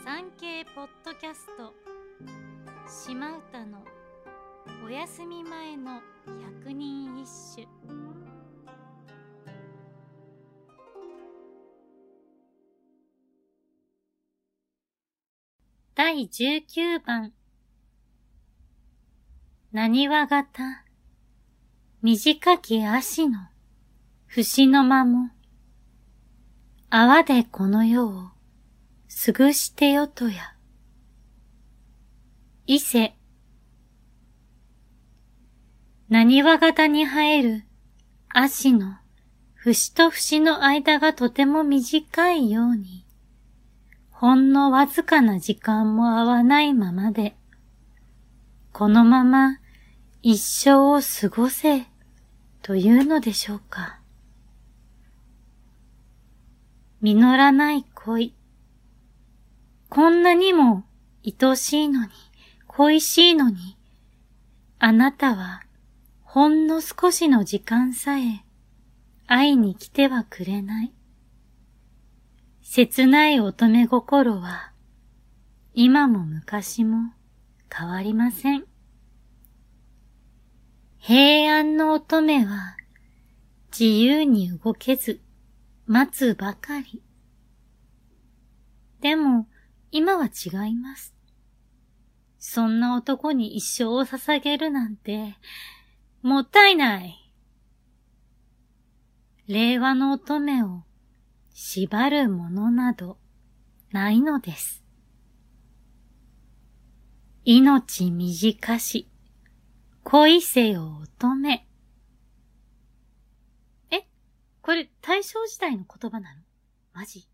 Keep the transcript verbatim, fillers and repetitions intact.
産経ポッドキャスト島唄のお休み前の百人一首。だいじゅうきゅうばん。なにわ型短き足の節の間も泡でこの世を過ぐしてよとや。伊勢。なにわ型に生える足の節と節の間がとても短いように、ほんのわずかな時間も合わないままで、このまま一生を過ごせというのでしょうか。実らない恋。こんなにも愛しいのに、恋しいのに、あなたはほんの少しの時間さえ会いに来てはくれない。切ない乙女心は今も昔も変わりません。平安の乙女は自由に動けず待つばかり。でも今は違います。そんな男に一生を捧げるなんてもったいない。令和の乙女を縛るものなどないのです。命短し恋せよ乙女。え、これ大正時代の言葉なの？マジ？